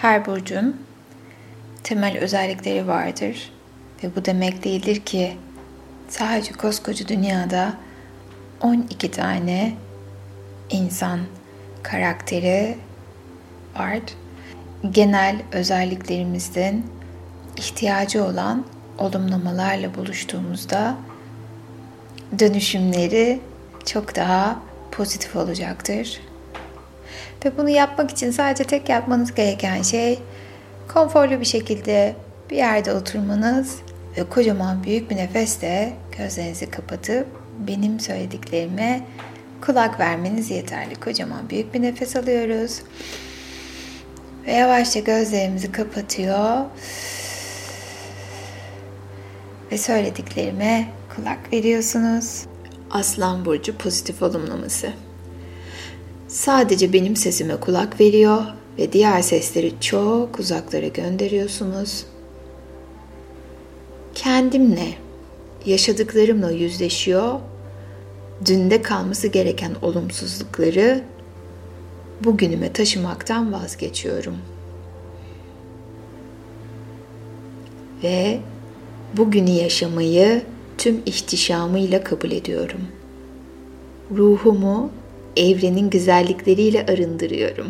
Her burcun temel özellikleri vardır ve bu demek değildir ki sadece koskoca dünyada 12 tane insan karakteri var. Genel özelliklerimizin ihtiyacı olan olumlamalarla buluştuğumuzda dönüşümleri çok daha pozitif olacaktır. Ve bunu yapmak için sadece tek yapmanız gereken şey konforlu bir şekilde bir yerde oturmanız ve kocaman büyük bir nefesle gözlerinizi kapatıp benim söylediklerime kulak vermeniz yeterli. Kocaman büyük bir nefes alıyoruz ve yavaşça gözlerimizi kapatıyor ve söylediklerime kulak veriyorsunuz. Aslan burcu pozitif olumlaması. Sadece benim sesime kulak veriyor ve diğer sesleri çok uzaklara gönderiyorsunuz. Kendimle, yaşadıklarımla yüzleşiyor, dünde kalması gereken olumsuzlukları bugünüme taşımaktan vazgeçiyorum. Ve bugünü yaşamayı tüm ihtişamıyla kabul ediyorum. Ruhumu evrenin güzellikleriyle arındırıyorum.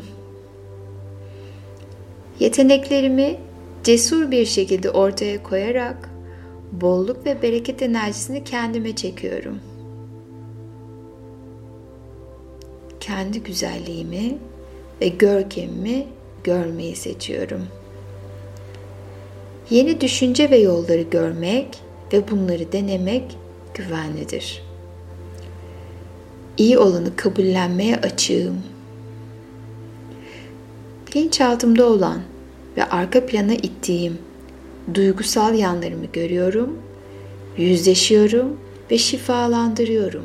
Yeteneklerimi cesur bir şekilde ortaya koyarak bolluk ve bereket enerjisini kendime çekiyorum. Kendi güzelliğimi ve görkemimi görmeyi seçiyorum. Yeni düşünce ve yolları görmek ve bunları denemek güvenlidir. İyi olanı kabullenmeye açığım. Bilinçaltımda olan ve arka plana ittiğim duygusal yanlarımı görüyorum, yüzleşiyorum ve şifalandırıyorum.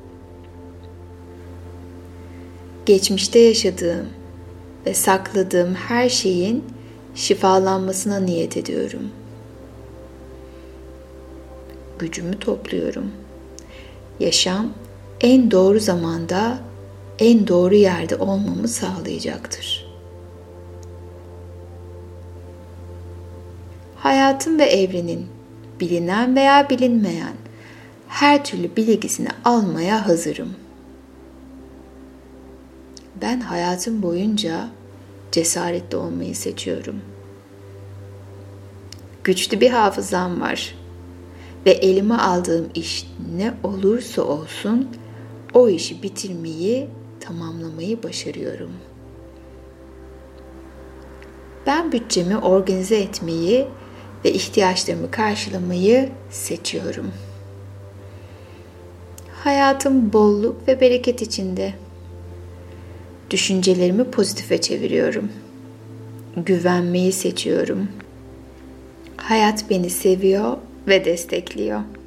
Geçmişte yaşadığım ve sakladığım her şeyin şifalanmasına niyet ediyorum. Gücümü topluyorum. Yaşam en doğru zamanda, en doğru yerde olmamı sağlayacaktır. Hayatın ve evrenin bilinen veya bilinmeyen her türlü bilgisini almaya hazırım. Ben hayatım boyunca cesaretli olmayı seçiyorum. Güçlü bir hafızam var ve elime aldığım iş ne olursa olsun o işi bitirmeyi, tamamlamayı başarıyorum. Ben bütçemi organize etmeyi ve ihtiyaçlarımı karşılamayı seçiyorum. Hayatım bolluk ve bereket içinde. Düşüncelerimi pozitife çeviriyorum. Güvenmeyi seçiyorum. Hayat beni seviyor ve destekliyor.